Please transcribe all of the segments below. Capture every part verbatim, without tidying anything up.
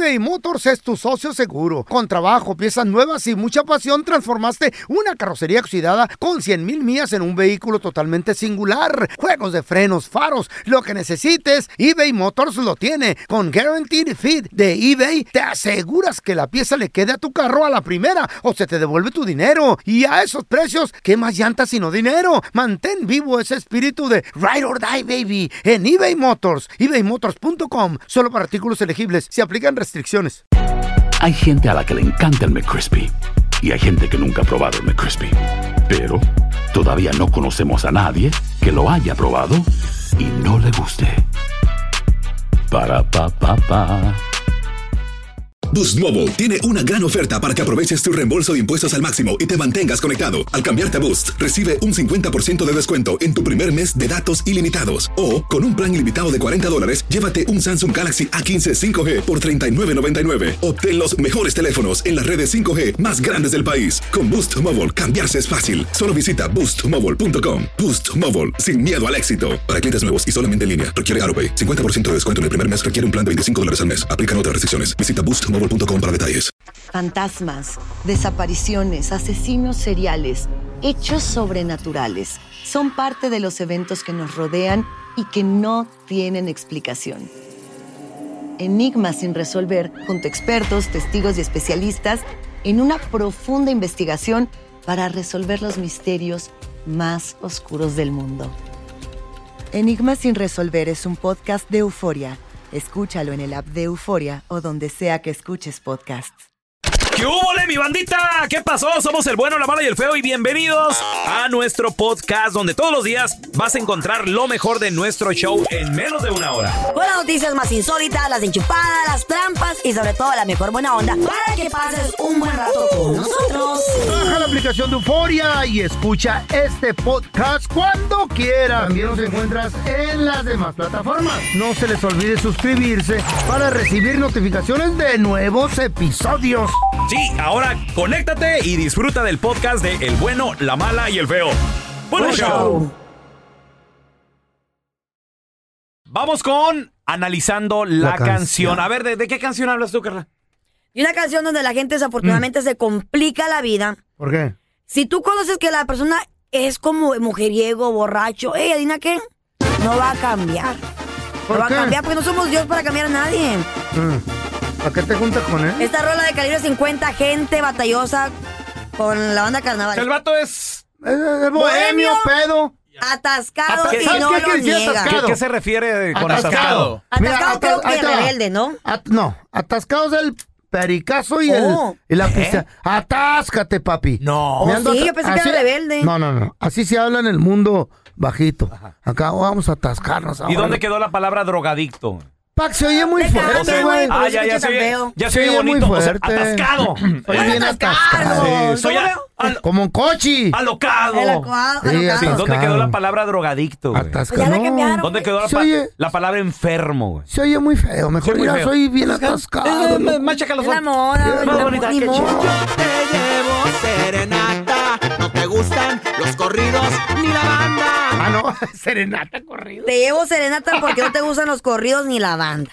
eBay Motors es tu socio seguro. Con trabajo, piezas nuevas y mucha pasión, transformaste una carrocería oxidada con cien mil millas en un vehículo totalmente singular. Juegos de frenos, faros, lo que necesites, eBay Motors lo tiene. Con Guaranteed Fit de eBay, te aseguras que la pieza le quede a tu carro a la primera o se te devuelve tu dinero. Y a esos precios, ¿qué más llantas sino dinero? Mantén vivo ese espíritu de Ride or Die, baby, en eBay Motors. ebay motors punto com. Solo para artículos elegibles. Se aplican restricciones. Hay gente a la que le encanta el McCrispy y hay gente que nunca ha probado el McCrispy. Pero todavía no conocemos a nadie que lo haya probado y no le guste. Para pa pa pa. Boost Mobile tiene una gran oferta para que aproveches tu reembolso de impuestos al máximo y te mantengas conectado. Al cambiarte a Boost, recibe un cincuenta por ciento de descuento en tu primer mes de datos ilimitados. O, con un plan ilimitado de cuarenta dólares, llévate un Samsung Galaxy A quince cinco G por treinta y nueve noventa y nueve. Obtén los mejores teléfonos en las redes cinco G más grandes del país. Con Boost Mobile, cambiarse es fácil. Solo visita boost mobile punto com. Boost Mobile, sin miedo al éxito. Para clientes nuevos y solamente en línea, requiere AutoPay. cincuenta por ciento de descuento en el primer mes requiere un plan de veinticinco dólares al mes. Aplican otras restricciones. Visita boost mobile punto com para detalles. Fantasmas, desapariciones, asesinos seriales, hechos sobrenaturales son parte de los eventos que nos rodean y que no tienen explicación. Enigmas sin resolver, junto a expertos, testigos y especialistas, en una profunda investigación para resolver los misterios más oscuros del mundo. Enigmas sin resolver es un podcast de Euforia. Escúchalo en el app de Euforia o donde sea que escuches podcasts. ¿Qué hubo, mi bandita? ¿Qué pasó? Somos el bueno, la mala y el feo y bienvenidos a nuestro podcast donde todos los días vas a encontrar lo mejor de nuestro show en menos de una hora. Con las noticias más insólitas, las enchupadas, las trampas y sobre todo la mejor buena onda para que pases un buen rato con nosotros. Baja la aplicación de Euforia y escucha este podcast cuando quieras. También nos encuentras en las demás plataformas. No se les olvide suscribirse para recibir notificaciones de nuevos episodios. Sí, ahora conéctate y disfruta del podcast de El Bueno, la Mala y el Feo. ¡Buen show! Vamos con analizando la, la canción. canción. A ver, ¿de, ¿de qué canción hablas tú, Carla? Y una canción donde la gente desafortunadamente mm. se complica la vida. ¿Por qué? Si tú conoces que la persona es como mujeriego, borracho, ey, ¿adivina qué? No va a cambiar. ¿Por no qué? va a cambiar porque no somos Dios para cambiar a nadie. Mm. ¿Para qué te juntas con él? Esta rola de calibre cincuenta, gente batallosa con la banda Carnaval. El vato es... Es, es bohemio, pedo. Atascado ¿Qué, y no qué, lo qué niega. ¿Qué, ¿Qué se refiere con atascado? Atascado, Mira, atascado creo atas- que ahí te va. rebelde, ¿no? At- no, atascado es el pericazo y, Oh. el, y la pista. Atáscate, papi. No. Oh, Me ando sí, ata- yo pensé que era así- rebelde. No, no, no. Así se habla en el mundo bajito. Acá vamos a atascarnos ahora. ¿Y dónde quedó la palabra drogadicto? Pac, se oye muy Te fuerte, cambia, güey. güey. Por Ah, eso ya, ya escucha se oye, tan feo. ya se Se oye oye muy bonito. O sea, fuerte. atascado. Soy bien atascado. Sí, Soy a- al- Como un cochi. alocado. El acuado, Sí, alocado. Sí, ¿dónde Atascado. quedó la palabra drogadicto, güey? Atascado. Ya la no. cambiaron. ¿Dónde quedó la, Se pa- oye- la palabra enfermo, güey? Se oye muy feo. Mejor Sí, muy mira, feo. soy bien atascado. Eh, Máchaca los Es la moda, güey. Más la bonita moda, ni que modo. Te llevo serenata, no te gustan los corridos ni la banda. Ah, no, serenata corrido. Te llevo serenata porque no te gustan los corridos ni la banda.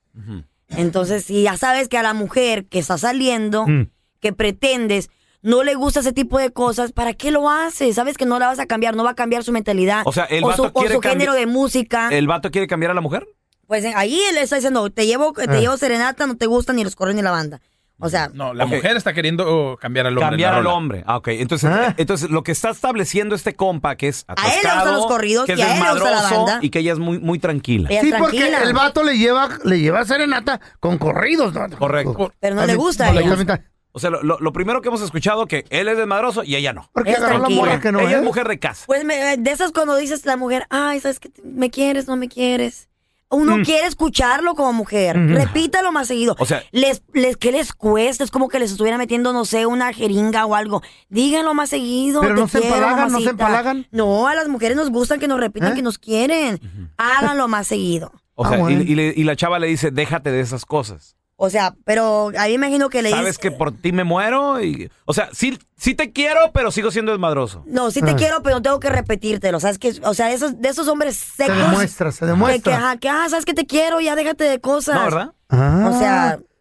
Entonces, si ya sabes que a la mujer que está saliendo, Mm. que pretendes, no le gusta ese tipo de cosas, ¿para qué lo haces? Sabes que no la vas a cambiar, no va a cambiar su mentalidad. O sea, el o vato su, o quiere su cambi- género de música. ¿El vato quiere cambiar a la mujer? Pues eh, ahí él está diciendo, te llevo, te Ah. llevo serenata, no te gustan ni los corridos ni la banda. O sea, No, la Ok. mujer está queriendo cambiar al hombre. Cambiar en la al rola. hombre. Ah, ok. Entonces, Ah. entonces, lo que está estableciendo este compa, que es A él le atascado, gustan los corridos que es y a él le gusta la desmadroso banda. y que ella es muy, muy tranquila. ella Sí, es porque tranquila. el vato le lleva, le lleva serenata con corridos, ¿no? Correcto. Pero no le gusta a También- ella. también- O sea, lo, lo- lo primero que hemos escuchado que él es desmadroso y ella no. Porque Es agarró la tranquila. morra que no ella es. es mujer de casa. Pues me- de esas cuando dices la mujer, ay, ¿sabes qué? ¿Me quieres? ¿No me quieres? Uno Mm. quiere escucharlo como mujer. Mm. Repítalo más seguido. O sea- les, les, ¿qué les cuesta? Es como que les estuviera metiendo, no sé, una jeringa o algo. Díganlo más seguido. Pero te no se quiero, empalagan, no se mamacita. empalagan. No, a las mujeres nos gustan que nos repitan ¿Eh? que nos quieren. Háganlo más seguido. O Ah, sea, y- bueno. y, le- y la chava le dice, déjate de esas cosas. O sea, pero ahí me imagino que le dices... Sabes que por ti me muero y... O sea, sí, sí te quiero, pero sigo siendo desmadroso. No, sí te Ah. quiero, pero no tengo que repetírtelo. ¿Sabes qué? O sea, esos, de esos hombres Se secos... demuestra, se Que, que, demuestra. ajá, que, ah, ¿sabes que te quiero? Ya déjate de cosas. ¿No, verdad? Ah. O sea...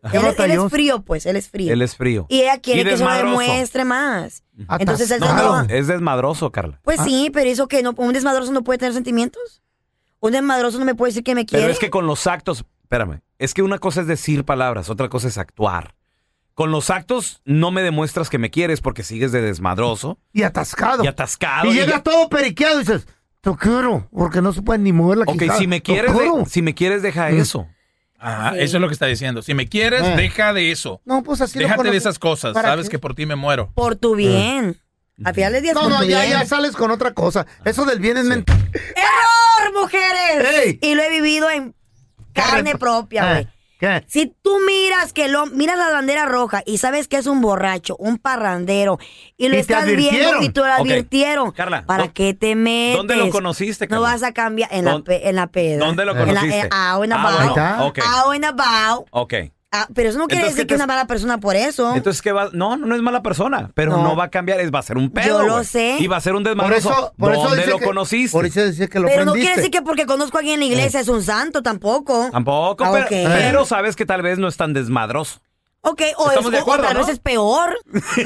Él, él es frío, pues, él es frío. Él es frío. Y ella quiere Y que se lo desmadroso. demuestre más. Atascado. Entonces él se enoja. Es desmadroso, Carla. Pues sí, pero eso que no, un desmadroso no puede tener sentimientos. Un desmadroso no me puede decir que me quiere. Pero es que con los actos, espérame, es que una cosa es decir palabras, otra cosa es actuar. Con los actos no me demuestras que me quieres porque sigues de desmadroso. Y atascado. Y atascado. Y, y llega ya- todo periqueado y dices, te quiero, porque no se puede ni mover la Ok, quijada. si me Te quieres, quiero. de- si me quieres, deja eso. Ajá, Sí. eso es lo que está diciendo. Si me quieres, Eh. deja de eso. No, pues así lo Déjate de conoces. esas cosas. ¿Para Sabes qué? que por ti me muero. Por tu bien. Al final del día es No, por no, tu ya, bien. ya sales con otra cosa. Eso del bien es mentira. ¡Error, mujeres! Ey. Y lo he vivido en carne propia, güey. Eh, ¿Qué? Si tú miras que lo miras la bandera roja y sabes que es un borracho, un parrandero, y lo Y te estás viendo advirtieron. y te lo Ok. advirtieron, Carla, ¿para ¿dó- qué te metes? ¿dónde lo conociste, No Carla? vas a cambiar en la, ¿Dó- pe- en la peda. ¿Dónde lo En la- conociste? en- out and Ah, about. bueno, está. ok. Out and about. Ok. Ah, pero eso no quiere Entonces, decir ¿qué que es te- una mala persona por eso. Entonces, ¿qué va? No, no, no es mala persona, pero no, No. va a cambiar, es, va a ser un pedo. Yo lo güey. sé. Y va a ser un Por desmadroso. eso, por eso ¿Dónde dice lo que, conociste? Por eso dice que lo pero no aprendiste. quiere decir que porque conozco a alguien en la iglesia es un santo tampoco. Tampoco, Ah, pero, ok. pero sabes que tal vez no es tan desmadroso. Ok, o, es, Estamos de o acuerdo, tal ¿no? vez es peor.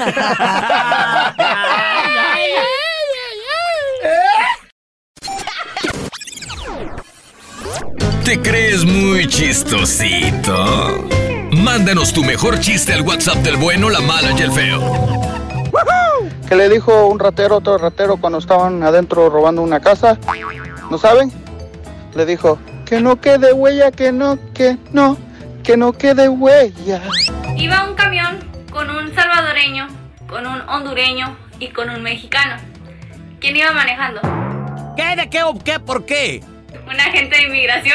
¿Te crees muy chistosito? Mándanos tu mejor chiste al WhatsApp del bueno, la mala y el feo. ¿Qué le dijo un ratero a otro ratero cuando estaban adentro robando una casa? ¿No saben? Le dijo, que no quede huella, que no, que no, que no quede huella. Iba un camión con un salvadoreño, con un hondureño y con un mexicano. ¿Quién iba manejando? ¿Qué? ¿De qué o qué? ¿Por qué? Un agente de inmigración.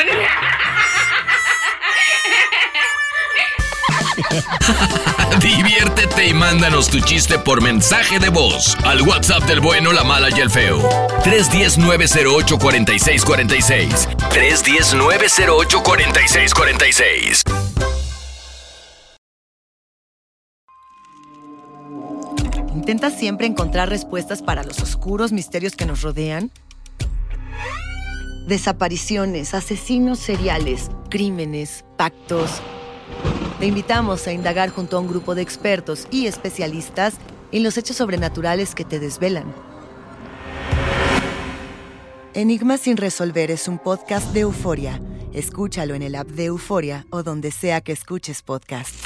Diviértete y mándanos tu chiste por mensaje de voz al WhatsApp del bueno, la mala y el feo. tres uno cero, nueve cero ocho, cuatro seis cuatro seis. tres uno cero, nueve cero ocho, cuatro seis cuatro seis. ¿Intentas siempre encontrar respuestas para los oscuros misterios que nos rodean? Desapariciones, asesinos seriales, crímenes, pactos. Te invitamos a indagar junto a un grupo de expertos y especialistas en los hechos sobrenaturales que te desvelan. Enigmas sin resolver es un podcast de Euforia. Escúchalo en el app de Euforia o donde sea que escuches podcast.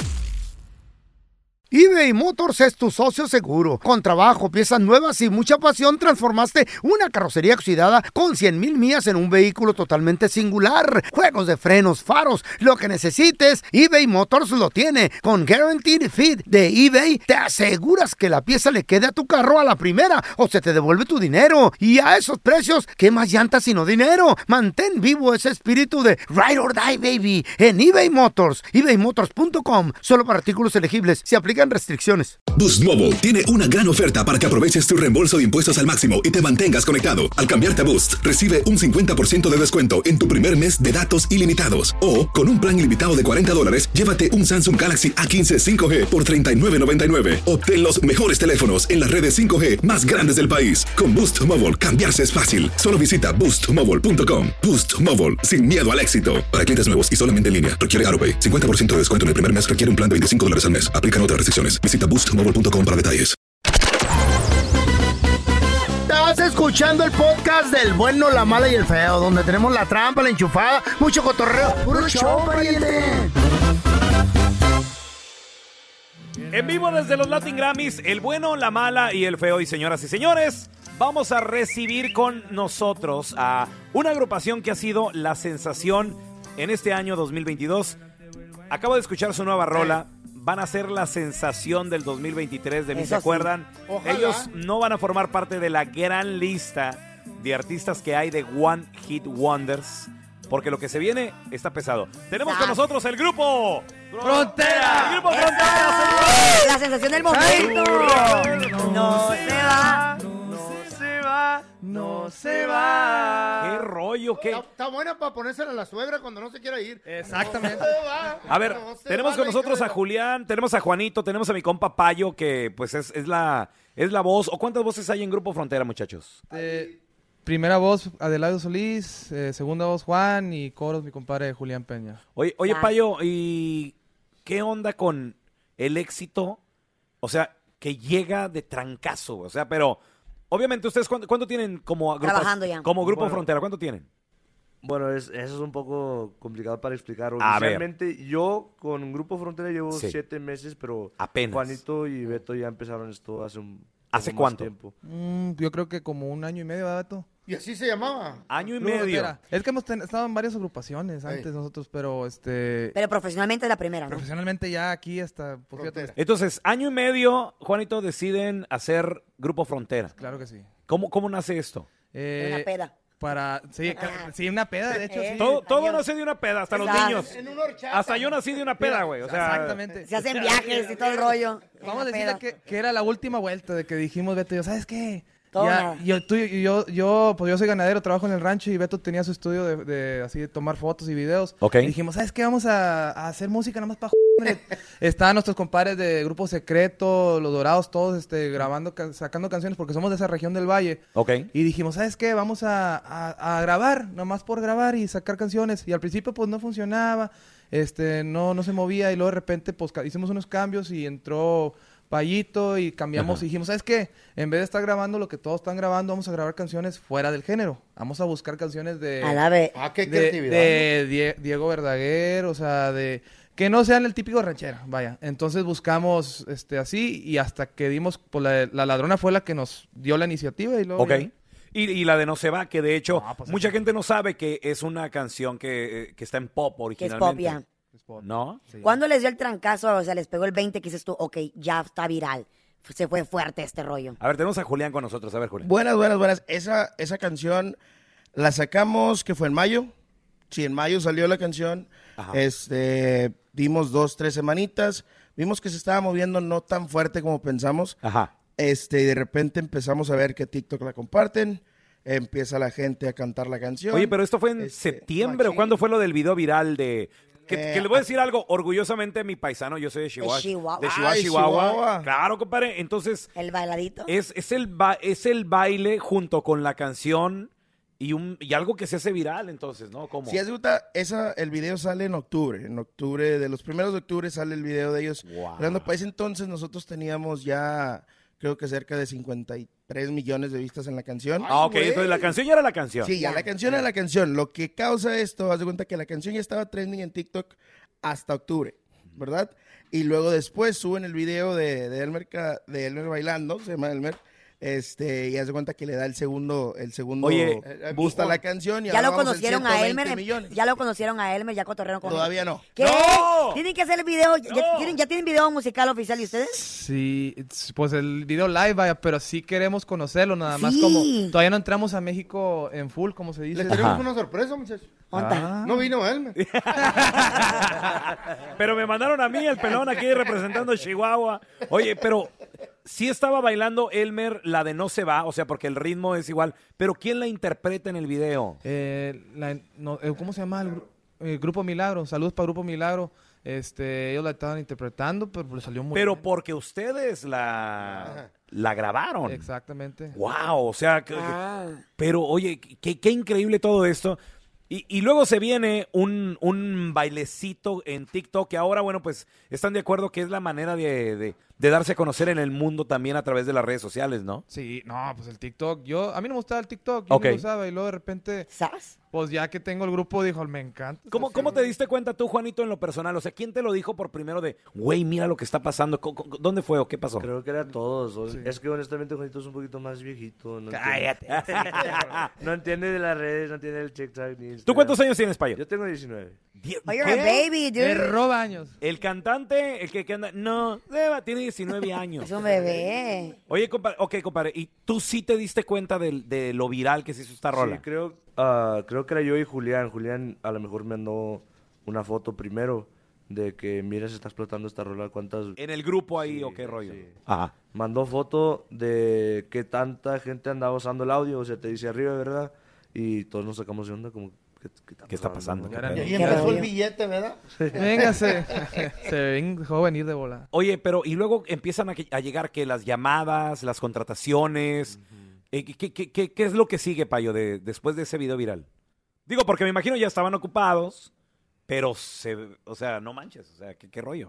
eBay Motors es tu socio seguro. Con trabajo, piezas nuevas y mucha pasión, transformaste una carrocería oxidada con cien mil millas en un vehículo totalmente singular. Juegos de frenos, faros, lo que necesites, eBay Motors lo tiene. Con Guaranteed Fit de eBay, te aseguras que la pieza le quede a tu carro a la primera o se te devuelve tu dinero. Y a esos precios, ¿qué más llantas sino dinero? Mantén vivo ese espíritu de Ride or Die, baby, en eBay Motors. ebay motors punto com. Solo para artículos elegibles. Se aplican restricciones. Boost Mobile tiene una gran oferta para que aproveches tu reembolso de impuestos al máximo y te mantengas conectado. Al cambiarte a Boost, recibe un cincuenta por ciento de descuento en tu primer mes de datos ilimitados. O, con un plan ilimitado de cuarenta dólares, llévate un Samsung Galaxy A quince cinco G por treinta y nueve noventa y nueve. Obtén los mejores teléfonos en las redes cinco G más grandes del país. Con Boost Mobile, cambiarse es fácil. Solo visita boost mobile punto com. Boost Mobile, sin miedo al éxito. Para clientes nuevos y solamente en línea, requiere AutoPay. cincuenta por ciento de descuento en el primer mes requiere un plan de veinticinco dólares al mes. Aplican otras restricciones. Visita boost mobile punto com para detalles. Estás escuchando el podcast del bueno, la mala y el feo, donde tenemos la trampa, la enchufada, mucho cotorreo. ¡Puro show, pariente! En vivo desde los Latin Grammys, el bueno, la mala y el feo. Y señoras y señores, vamos a recibir con nosotros a una agrupación que ha sido la sensación en este año dos mil veintidós. Acabo de escuchar su nueva rola. Van a ser la sensación del dos mil veintitrés, de mí se acuerdan. Ojalá. Ellos no van a formar parte de la gran lista de artistas que hay de One Hit Wonders, porque lo que se viene está pesado. Tenemos con nosotros el grupo Frontera. El grupo Frontera. La sensación del momento. No se va. No se va. No se va. ¿Qué rollo? ¿Qué? Está, está buena para ponérsela a la suegra cuando no se quiera ir. Exactamente. No se va, A ver, no se tenemos va con la nosotros hija a de la- Julián, tenemos a Juanito, tenemos a mi compa Payo, que pues es, es la es la voz. ¿O cuántas voces hay en Grupo Frontera, muchachos? Eh, primera voz, Adelardo Solís. Eh, segunda voz, Juan. Y coros, mi compadre Julián Peña. Oye, oye Ya. Payo, ¿y ¿qué onda con el éxito? O sea, que llega de trancazo, o sea, pero obviamente ustedes, ¿cuánto, cuánto tienen como grupo, Trabajando ya. como Grupo Bueno. Frontera? ¿Cuánto tienen? Bueno, es, eso es un poco complicado para explicar. A ver. Oficialmente, yo con Grupo Frontera llevo Sí. siete meses, pero Apenas. Juanito y Beto ya empezaron esto hace un poco ¿Hace más cuánto? tiempo. Mm, yo creo que como un año y medio, ¿verdad, Beto? ¿Y así se llamaba? Año y Grupo medio. Frontera. Es que hemos ten- estado en varias agrupaciones antes Ey. nosotros, pero este Pero profesionalmente es la primera, ¿no? profesionalmente ya aquí hasta... pues, fíjate, Frontera. Entonces, año y medio, Juanito, deciden hacer Grupo Frontera. claro que sí. ¿Cómo, cómo nace esto? Eh, Una peda. Para... Sí, ca- sí, una peda, de hecho, Eh. sí. Todo, todo Adiós. nace de una peda, hasta los Exacto. niños. En una horchata. Hasta yo nací de una peda, güey. O sea, Exactamente. Se hacen viajes y todo el rollo. Vamos a Una decirle peda. que, que era la última vuelta de que dijimos, Beto y yo, ¿sabes qué? Todo Ya, nada. yo, tú, y yo, yo, pues yo soy ganadero, trabajo en el rancho y Beto tenía su estudio de, de así de tomar fotos y videos. Ok. Y dijimos, ¿sabes qué? Vamos a, a hacer música nada más para hombre. Estaban nuestros compadres de Grupo Secreto, Los Dorados, todos este, grabando, ca- sacando canciones porque somos de esa región del Valle. ok. Y dijimos, ¿sabes qué? Vamos a, a, a grabar, nomás por grabar y sacar canciones. Y al principio pues no funcionaba, este, no, no se movía y luego de repente pues ca- hicimos unos cambios y entró Payito y cambiamos Ajá. y dijimos, ¿sabes qué? En vez de estar grabando lo que todos están grabando, vamos a grabar canciones fuera del género. Vamos a buscar canciones de... A la vez. Ah, qué de, creatividad. de Die- Diego Verdaguer, o sea, de... Que no sean el típico ranchera, vaya. Entonces buscamos este así y hasta que dimos, pues la, la ladrona fue la que nos dio la iniciativa y luego... Ok. ya- Y, y la de No se va, que de hecho, No, pues, mucha eso. gente no sabe que es una canción que, eh, que está en pop Que es originalmente. pop ya. ¿No? Sí. ¿Cuándo les dio el trancazo? O sea, les pegó el veinte que dices tú, ok, ya está viral. Se fue fuerte este rollo. A ver, tenemos a Julián con nosotros. A ver, Julián. Buenas, buenas, buenas. Esa, esa canción la sacamos, que fue en mayo. Sí, en mayo salió la canción. Ajá. Este, dimos dos, tres semanitas. Vimos que se estaba moviendo no tan fuerte como pensamos. Ajá. Este, y de repente empezamos a ver que TikTok la comparten. Empieza la gente a cantar la canción. Oye, pero esto fue en Este, septiembre, ¿o machín. cuándo fue lo del video viral de...? Que, Eh, que le voy a decir algo, orgullosamente mi paisano, yo soy de Chihuahua. Chihuahua. De Chihuahua, Ay, Chihuahua. Chihuahua. Claro, compadre. Entonces, El bailadito. es, es, el ba- es el baile junto con la canción y, un, y algo que se hace viral, entonces, ¿no? ¿Cómo? Si hace cuenta, esa, el video sale en octubre. En octubre, de los primeros de octubre sale el video de ellos. Wow. Hablando, para ese entonces nosotros teníamos ya, creo que cerca de cincuenta y tres millones de vistas en la canción. Ah, ok, entonces la canción ya era la canción. Sí, ya la canción es la canción. Lo que causa esto, haz de cuenta que la canción ya estaba trending en TikTok hasta octubre, ¿verdad? Y luego después suben el video de, de, Elmer, ca- de Elmer bailando, se llama Elmer, este, y haz de cuenta que le da el segundo, el segundo Oye, boost a la canción. Y Ya ahora lo vamos en conocieron a ciento Elmer. veinte en- millones. Ya lo conocieron a Elmer, ya cotorrearon con él. Todavía no. ¿Qué? ¡No! ¿Tienen que hacer el video? ¿Ya, ya ¡No! tienen, ¿Ya tienen video musical oficial de ustedes? Sí, it's- pues el video live, vaya, pero sí queremos conocerlo, nada más Sí. como todavía no entramos a México en full, como se dice. Les tenemos Ajá. una sorpresa, muchachos. Ah. No vino Elmer. Pero me mandaron a mí el pelón aquí representando Chihuahua. Oye, pero sí estaba bailando Elmer la de No se va, o sea, porque el ritmo es igual. Pero ¿quién la interpreta en el video? Eh, la- no, eh, ¿Cómo se llama? El, gru- el Grupo Milagro. Saludos para Grupo Milagro. Este, ellos la estaban interpretando, pero le salió muy Pero bien. porque ustedes la, la grabaron. Exactamente. Wow, o sea, que- que- Ah. pero oye, qué, qué increíble todo esto. Y, y luego se viene un, un bailecito en TikTok que ahora, bueno, pues están de acuerdo que es la manera de, de- de darse a conocer en el mundo también a través de las redes sociales, ¿no? Sí, no, pues el TikTok. Yo, a mí no me gustaba el TikTok, yo Ok. no lo usaba y luego de repente, ¿Sabes? pues ya que tengo el grupo, dijo, me encanta. ¿Cómo, ¿Cómo te diste cuenta tú, Juanito, en lo personal? O sea, ¿quién te lo dijo por primero de, güey, mira lo que está pasando? ¿Cómo- cómo- ¿Dónde fue o qué pasó? Creo que era todos. o- Es que honestamente Juanito es un poquito más viejito. No Cállate. Entiende, no entiende de las redes, no entiende el TikTok ni ¿Tú Instagram. cuántos años tienes, Payo? Yo tengo diecinueve. Die- Oh, you're a baby, Me dude. roba años. El cantante, el que, que anda, no, Deba, tiene diecinueve años. Es un bebé. Oye, compadre, ok, compadre, ¿y tú sí te diste cuenta de, de lo viral que se hizo esta rola? Sí, creo, ah, creo que era yo y Julián. Julián a lo mejor me mandó una foto primero de que, mira, se está explotando esta rola. ¿Cuántas? ¿En el grupo ahí Sí, o qué rollo? sí. Ajá. Mandó foto de que tanta gente andaba usando el audio, o sea, te dice arriba, ¿verdad? Y todos nos sacamos de onda como, ¿qué, ¿Qué está pasando? no? ¿Qué pedo? Y ahí empezó el billete, ¿verdad? Véngase. Se dejó venir de bola. Oye, pero y luego empiezan a, que- a llegar que las llamadas, las contrataciones. Eh, ¿qué, qué, qué, qué es lo que sigue, Payo, de, después de ese video viral? Digo, porque me imagino ya estaban ocupados, pero se, o sea, no manches, o sea, ¿qué, qué rollo?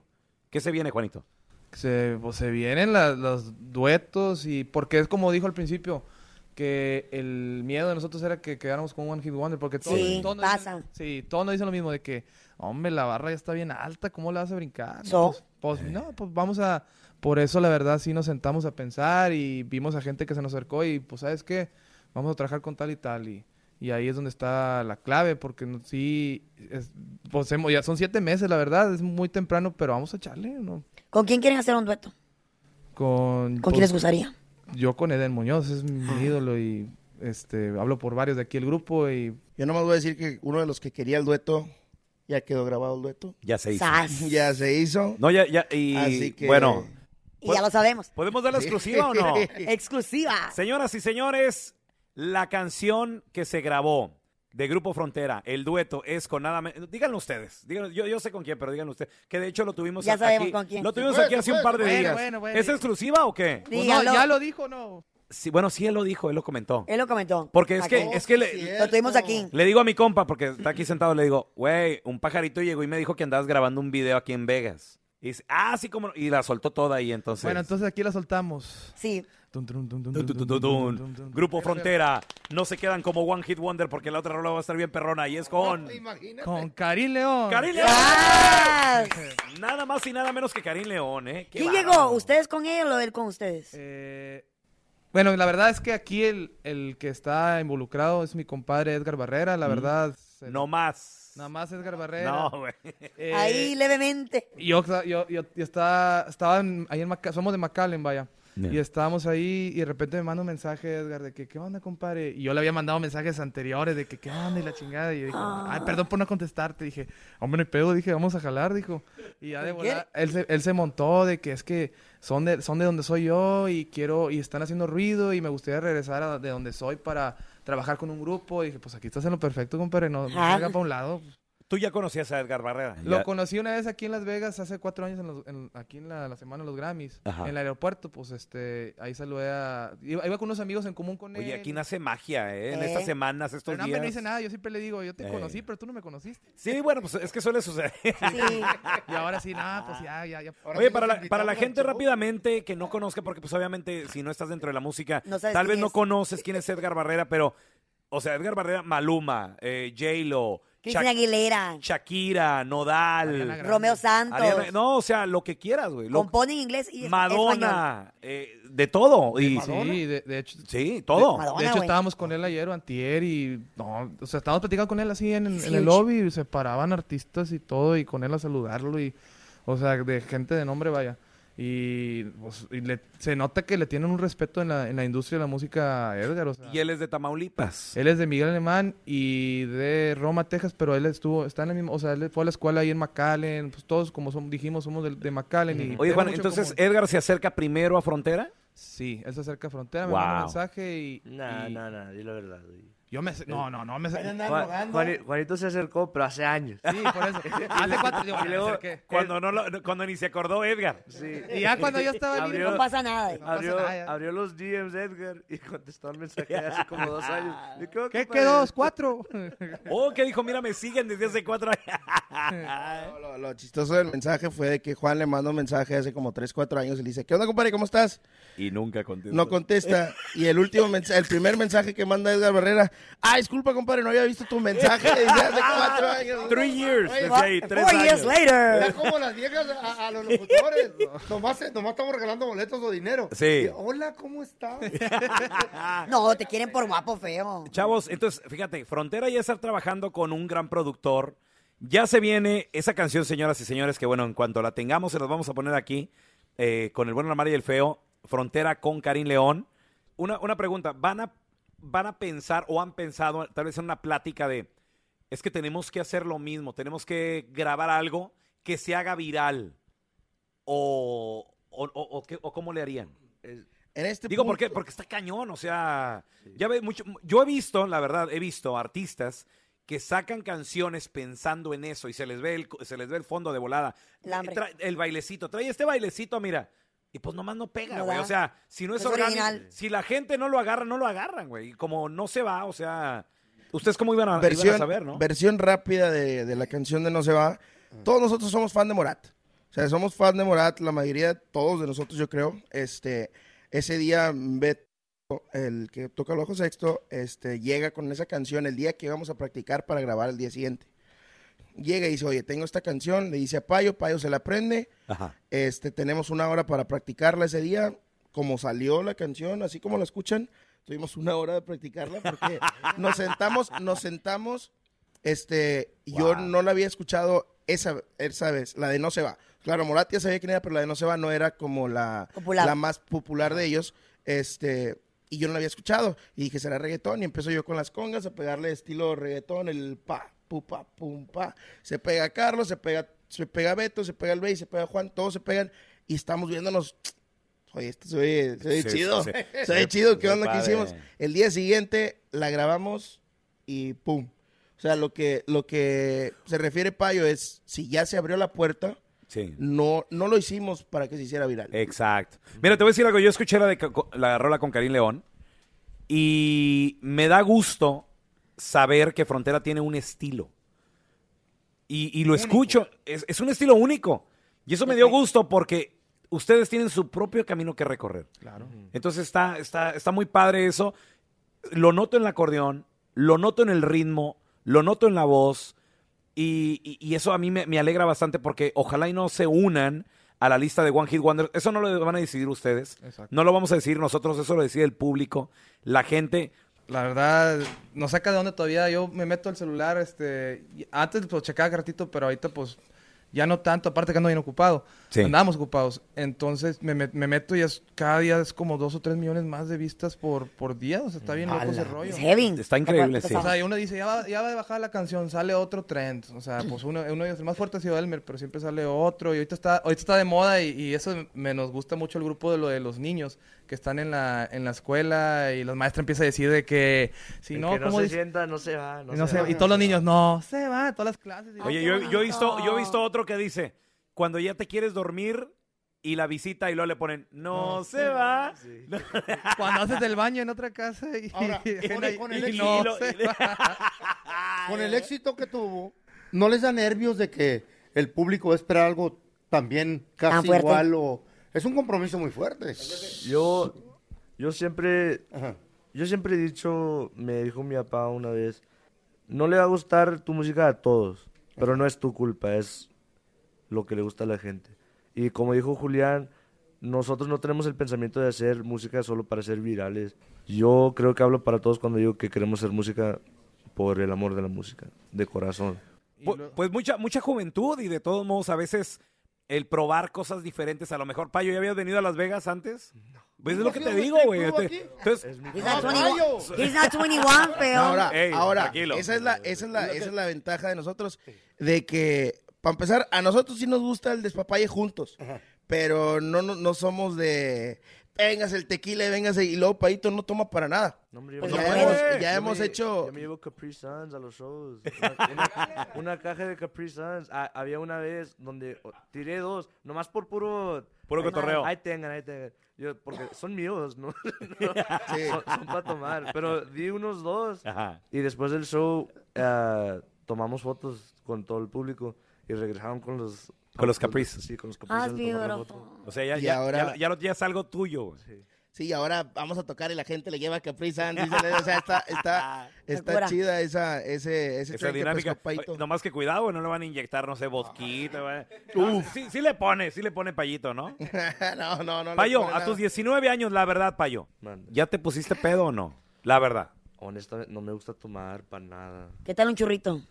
¿Qué se viene, Juanito? Se, pues se vienen la- los duetos y porque es como dijo al principio, que el miedo de nosotros era que quedáramos con One Hit Wonder, porque todos, Sí, todos nos pasa. dicen, sí, todos nos dicen lo mismo de que, hombre, la barra ya está bien alta, ¿cómo la vas a brincar? So. Pues, pues, no, pues vamos a, por eso la verdad sí nos sentamos a pensar y vimos a gente que se nos acercó y pues, ¿sabes qué? Vamos a trabajar con tal y tal y, y ahí es donde está la clave, porque no- sí, es, pues hemos- ya son siete meses, la verdad, es muy temprano, pero vamos a echarle, ¿no? ¿Con quién quieren hacer un dueto? Con, ¿Con quién les gustaría? Yo con Eden Muñoz, es mi ídolo y este hablo por varios de aquí el grupo y... Yo nomás voy a decir que uno de los que quería el dueto, ya quedó grabado el dueto. Ya se hizo. Sas. Ya se hizo. No, ya, ya, y Así que- bueno. Y ya lo sabemos. ¿Podemos dar la exclusiva o no? Exclusiva. Señoras y señores, la canción que se grabó de Grupo Frontera, el dueto, es con nada menos... Díganlo ustedes. Díganlo, yo, yo sé con quién, pero díganlo ustedes. Que de hecho lo tuvimos Ya aquí. sabemos con quién. Lo tuvimos Se aquí puede, hace se un par de puede. días. Bueno, bueno, ¿Es bueno. exclusiva o qué? Pues no, Dígalo. ¿ya lo dijo no? Sí, bueno, sí, él lo dijo, él lo comentó. Él lo comentó. Porque es que, Aquí. es que le, Lo tuvimos aquí. le digo a mi compa, porque está aquí sentado, le digo, güey, un pajarito llegó y me dijo que andabas grabando un video aquí en Vegas. Y dice, ah, sí, como no. Y la soltó toda ahí, entonces. Bueno, entonces aquí la soltamos. Sí. Tun, tun, tun, tun, Tun, tun, tun, tun, tun, tun, tun. tun, tun. Grupo Frontera, no se quedan como One Hit Wonder porque la otra rola va a estar bien perrona y es con... Con Karim León. ¡Karim León! ¡Sas! Nada más y nada menos que Karim León, ¿eh? Qué ¿Quién bárbaro. llegó? ¿Ustedes con él o él con ustedes? Eh, bueno, la verdad es que aquí el, el que está involucrado es mi compadre Edgar Barrera, la verdad. se- No más. Nada más Edgar Barrera. No, güey. Eh, Ahí levemente. Y yo, yo, yo, yo estaba, estaba en- ahí en Maca- somos de McAllen, vaya. Yeah. Y estábamos ahí y de repente me manda un mensaje Edgar de que, ¿qué onda, compadre? Y yo le había mandado mensajes anteriores de que, ¿qué onda? Y la chingada. Y yo dije, ay, perdón por no contestarte. Dije, hombre, no hay pedo. Dije, vamos a jalar, dijo. Y ya de volar, él se, él se montó de que es que son de, son de donde soy yo y quiero, y están haciendo ruido y me gustaría regresar a de donde soy para trabajar con un grupo. Y dije, pues aquí estás en lo perfecto, compadre. No, no Ah. salga para un lado. Tú ya conocías a Edgar Barrera. Lo Ya- conocí una vez aquí en Las Vegas hace cuatro años, en los- en- aquí en la, la semana de los Grammys. Ajá. En el aeropuerto, pues este, ahí saludé a... Iba, iba con unos amigos en común con él. Oye, aquí nace magia, ¿eh? En ¿Eh? estas semanas, estos Pero no, días. hombre, no hice nada. Yo siempre le digo, yo te Eh. conocí, pero tú no me conociste. Sí, bueno, pues es que suele suceder. Sí. Y ahora sí, nada, pues ya, ya, ya. Oye, para la, para la gente rápidamente que no conozca, porque pues obviamente si no estás dentro de la música, No sabes tal vez quién no es. conoces quién es Edgar Barrera, pero, o sea, Edgar Barrera, Maluma, eh, J-Lo, Cristina Shak- Aguilera. Shakira, Nodal, Ariana Grande. Romeo Santos. Ariana- no, o sea, lo que quieras, güey. lo- Compone en inglés y es- español. Madonna, eh, de todo. Y, Sí, de, de hecho... sí, todo. Madonna, De hecho, güey. estábamos con él ayer o antier y... No, o sea, estábamos platicando con él así en, en Huge. el lobby y se paraban artistas y todo y con él a saludarlo y... O sea, de gente de nombre, vaya. Y, pues, y le- se nota que le tienen un respeto en la, en la industria de la música a Edgar, o sea... Y él es de Tamaulipas. Él es de Miguel Alemán y de Roma, Texas, pero él estuvo, está en la misma, o sea, él fue a la escuela ahí en McAllen, pues todos, como som- dijimos, somos de, de McAllen. Y Oye, tenemos Juan, mucho en entonces, común. ¿Edgar se acerca primero a Frontera? Sí, él se acerca a Frontera, me Wow. manda un mensaje y... Nah, y nah, nah, di la verdad. güey. Yo me... No, no, no, me... Vayan Sí, a- Juan- rogando. Juani- Juanito se acercó, pero hace años. por eso. Hace cuatro... Yo, Y luego- me acerqué. Cuando, no lo- cuando ni se acordó Edgar. Sí. Y ya cuando yo estaba libre... Abrió- No pasa nada. pasa Abrió, nada, ya. abrió los D Ms Edgar y contestó el mensaje hace como dos años. ¿Y cómo, ¿Qué compadre? quedó? ¿Cuatro? Oh, que dijo, mira, me siguen desde hace cuatro años. No, lo, lo chistoso del mensaje fue de que Juan le manda un mensaje hace como tres, cuatro años y le dice, ¿qué onda, compadre? ¿Cómo estás? Y nunca contestó. No contesta. Y el último mensaje, el primer mensaje que manda Edgar Barrera, ah, disculpa, compadre, no había visto tu mensaje desde hace cuatro años. Three years. Oye, desde va- ahí, tres Four años. years later. Ya como las viejas a, a los locutores. nomás, nomás estamos regalando boletos o dinero. Sí. Y, hola, ¿cómo estás? No, te quieren por guapo feo. Chavos, entonces, fíjate, Frontera ya está trabajando con un gran productor. Ya se viene esa canción, señoras y señores, que bueno, en cuanto la tengamos, se las vamos a poner aquí, eh, con el bueno, la mala y el feo, Frontera con Karim León. Una, una pregunta, ¿van a, ¿van a pensar o han pensado, tal vez en una plática de, es que tenemos que hacer lo mismo, tenemos que grabar algo que se haga viral? ¿O, o, o, o qué- o cómo le harían? En este Digo, punto- ¿por qué? Porque está cañón, o sea, ya ve mucho, yo he visto, la verdad, he visto artistas que sacan canciones pensando en eso y se les ve el, se les ve el fondo de volada. El hambre. Trae- el bailecito, trae este bailecito, mira, y pues nomás no pega, No güey, da. o sea, si no es, No es orgánico, original. si la gente no lo agarra, no lo agarran, güey, y como no se va, o sea, ustedes cómo iban a, versión, iban a saber, ¿no? versión rápida de, de la canción de No se va. Todos nosotros somos fan de Morat. O sea, somos fans de Morat, la mayoría, todos de nosotros, yo creo. Este, ese día, Beto, el que toca el bajo sexto, este, llega con esa canción el día que íbamos a practicar para grabar el día siguiente. Llega y dice, oye, tengo esta canción, le dice a Payo, Payo se la aprende. Ajá. Este, tenemos una hora para practicarla ese día. Como salió la canción, así como la escuchan, tuvimos una hora de practicarla porque nos sentamos, nos sentamos, este, wow. Yo no la había escuchado esa, esa vez, la de No se va. Claro, Morat ya sabía quién era, pero la de No se va no era como la, la más popular de ellos, este, y yo no la había escuchado. Y dije, será reggaetón, y empiezo yo con las congas a pegarle estilo reggaetón, el pa, pu, pa, pum, pa. Se pega Carlos, se pega, se pega Beto, se pega el Bey, se pega Juan, todos se pegan, y estamos viéndonos... Oye, esto se oye, se oye sí, chido, sí, sí. se oye chido, ¿qué onda que hicimos? El día siguiente la grabamos y pum. O sea, lo que, lo que se refiere Payo es, si ya se abrió la puerta, sí. no, no lo hicimos para que se hiciera viral. Exacto. Mira, te voy a decir algo, yo escuché la, de, la rola con Karim León y me da gusto saber que Frontera tiene un estilo. Y, y lo único. escucho, es, es un estilo único. Y eso me dio gusto porque... Ustedes tienen su propio camino que recorrer. Claro. Entonces está, está, está muy padre eso. Lo noto en el acordeón, lo noto en el ritmo, lo noto en la voz. Y, y, y eso a mí me, me alegra bastante porque ojalá y no se unan a la lista de One Hit Wonder. Eso no lo van a decidir ustedes. Exacto. No lo vamos a decidir nosotros, eso lo decide el público, la gente. La verdad, no saca de dónde todavía. Yo me meto al celular, este, antes pues checaba ratito, pero ahorita pues... Ya no tanto, aparte que ando bien ocupado. Sí. Andábamos ocupados. Entonces me, me, me meto y es, cada día es como dos o tres millones más de vistas por, por día. O sea, está bien loco ese rollo. Está increíble, sí. O sea, y uno dice, ya va, ya va a bajar la canción, sale otro trend. O sea, pues uno, uno el más fuerte ha sido Elmer, pero siempre sale otro. Y ahorita está, ahorita está de moda y, y eso me nos gusta mucho el grupo de lo de los niños que están en la, en la escuela y la maestra empieza a decir de que si el no, que no ¿cómo se dice? sienta, no se va. No y, no se se, va. y todos los niños, no, se va, todas las clases. Y Oye, yo, yo, he visto, yo he visto otro que dice, cuando ya te quieres dormir y la visita y luego le ponen, no, no se va. Sí. Cuando haces el baño en otra casa y, Ahora, y, con, y, con, el y éxito, no se va. Con el éxito que tuvo, ¿no les da nervios de que el público va a esperar algo también casi igual? O es un compromiso muy fuerte. Yo, yo siempre, Ajá. yo siempre he dicho, me dijo mi papá una vez, no le va a gustar tu música a todos, pero no es tu culpa, es lo que le gusta a la gente. Y como dijo Julián, nosotros no tenemos el pensamiento de hacer música solo para ser virales. Yo creo que hablo para todos cuando digo que queremos hacer música por el amor de la música, de corazón. Pues, pues mucha, mucha juventud y de todos modos a veces el probar cosas diferentes. A lo mejor, Payo, ¿ya habías venido a Las Vegas antes? No. Pues es lo que te digo, güey. Entonces, He's not twenty-one, He's not twenty-one, feo. Ahora, Ey, ahora tranquilo. esa es la, esa es la, esa es la ventaja de nosotros, de que, para empezar, a nosotros sí nos gusta el despapalle juntos, Ajá. pero no, no, no somos de... Véngase el tequila, véngase, y luego Paito no toma para nada. No, hombre, pues ya, no hemos, ya hemos me, hecho... Yo me llevo Capri Suns a los shows. Una, una, una caja de Capri Suns. Ah, había una vez donde oh, tiré dos, nomás por puro... Puro cotorreo. Ahí tengan, ahí tengan. Yo, porque son míos, ¿no? no sí. Son, son para tomar. Pero di unos dos. Ajá. Y después del show uh, tomamos fotos con todo el público y regresaron con los... Con los Capris. Sí, con los Capris. Ah, o sea, ya, ya, ahora, ya, ya, ya es algo tuyo. Sí. Sí, ahora vamos a tocar y la gente le lleva Capri Sun. O sea, está, está, está chida esa, ese, ese esa dinámica. Que no más que cuidado, no le van a inyectar, no sé, bosquita. No, sí, sí le pone, sí le pone Payito, ¿no? no, no, no. Payo, a tus diecinueve años, la verdad, Payo, Mande. ¿ya te pusiste pedo o no? La verdad. Honestamente, no me gusta tomar para nada. ¿Qué tal un churrito?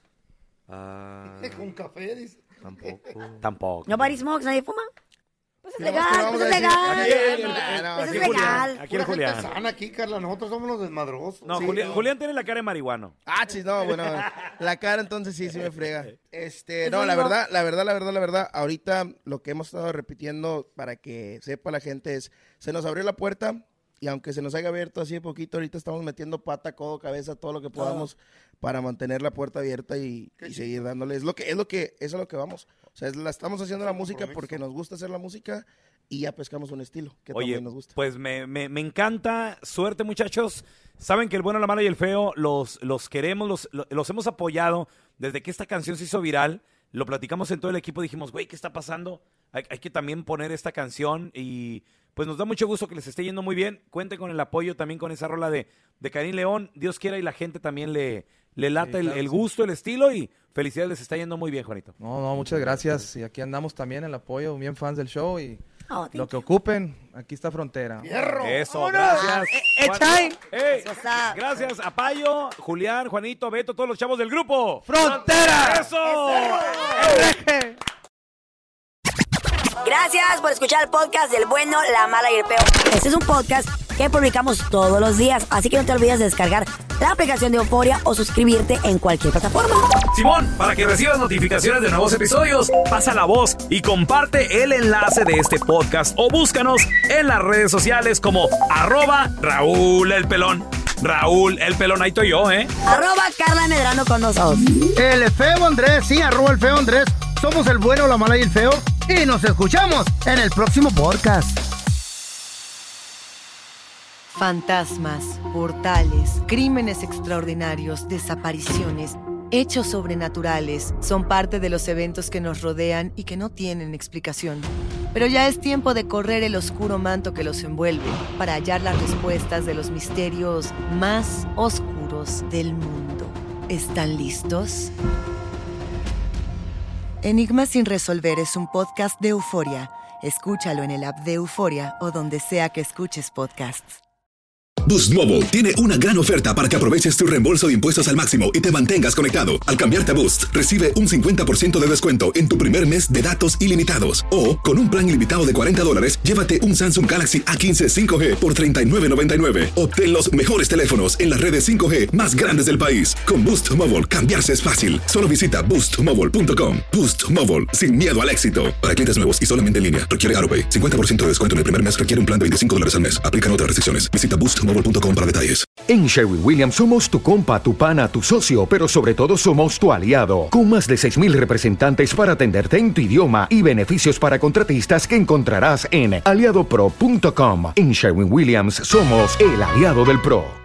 Ah. Con café, dice. Tampoco. Tampoco. ¿Nobody smokes? ¿Nadie fuma? Pues es legal, pues es legal. Pues es legal. Aquí el Julián. Sana aquí, Carla, nosotros somos los desmadrosos. No, sí, Julián, no, Julián tiene la cara de marihuano. Ah, sí, no, bueno, la cara entonces sí, sí me frega. Este, no, la verdad, la verdad, la verdad, la verdad, ahorita lo que hemos estado repitiendo para que sepa la gente es, se nos abrió la puerta y aunque se nos haya abierto así de poquito, ahorita estamos metiendo pata, codo, cabeza, todo lo que podamos oh. para mantener la puerta abierta y, y seguir dándole. Es lo que, es lo que, eso es lo que vamos. O sea, es, la estamos haciendo la música porque nos gusta hacer la música y ya pescamos un estilo que Oye, también nos gusta. Pues me, me, me encanta. Suerte, muchachos. Saben que el bueno, la mala y el feo los, los queremos, los, los hemos apoyado desde que esta canción se hizo viral. lo platicamos en todo el equipo, dijimos, güey, ¿qué está pasando? Hay, hay que también poner esta canción y pues nos da mucho gusto que les esté yendo muy bien. Cuenten con el apoyo también con esa rola de, de Karim León. Dios quiera y la gente también le, le lata Sí, el, claro, el sí. gusto, el estilo y felicidades, les está yendo muy bien, Juanito. No, no, muchas gracias. Y aquí andamos también, el apoyo, bien fans del show y Oh, lo que ocupen, aquí está Frontera. Eso, ¡Vámonos! gracias. Eh, eh, Juan- Chay. Ey, gracias a Payo, Julián, Juanito, Beto, todos los chavos del grupo. ¡Frontera! ¡Eso! Gracias por escuchar el podcast del bueno, la mala y el peor. Este es un podcast que publicamos todos los días, así que no te olvides de descargar la aplicación de Euforia o suscribirte en cualquier plataforma. Simón, para que recibas notificaciones de nuevos episodios, pasa la voz y comparte el enlace de este podcast o búscanos en las redes sociales como arroba Raúl el Pelón. Raúl el Pelón, ahí estoy yo, ¿eh? Arroba Carla Medrano con nosotros. El feo Andrés, sí, arroba el feo Andrés. Somos el bueno, la mala y el feo. Y nos escuchamos en el próximo podcast. Fantasmas, portales, crímenes extraordinarios, desapariciones, hechos sobrenaturales son parte de los eventos que nos rodean y que no tienen explicación. Pero ya es tiempo de correr el oscuro manto que los envuelve para hallar las respuestas de los misterios más oscuros del mundo. ¿Están listos? Enigma sin resolver es un podcast de Euforia. Escúchalo en el app de Euforia o donde sea que escuches podcasts. Boost Mobile tiene una gran oferta para que aproveches tu reembolso de impuestos al máximo y te mantengas conectado. Al cambiarte a Boost, recibe un cincuenta por ciento de descuento en tu primer mes de datos ilimitados. O, con un plan ilimitado de cuarenta dólares, llévate un Samsung Galaxy A quince cinco G por treinta y nueve noventa y nueve. Obtén los mejores teléfonos en las redes cinco G más grandes del país. Con Boost Mobile, cambiarse es fácil. Solo visita boost mobile punto com. Boost Mobile, sin miedo al éxito. Para clientes nuevos y solamente en línea, requiere AutoPay. cincuenta por ciento de descuento en el primer mes requiere un plan de veinticinco dólares al mes. Aplican otras restricciones. Visita boost mobile punto com para detalles. En Sherwin-Williams somos tu compa, tu pana, tu socio, pero sobre todo somos tu aliado. Con más de seis mil representantes para atenderte en tu idioma y beneficios para contratistas que encontrarás en aliado pro punto com. En Sherwin-Williams somos el aliado del pro.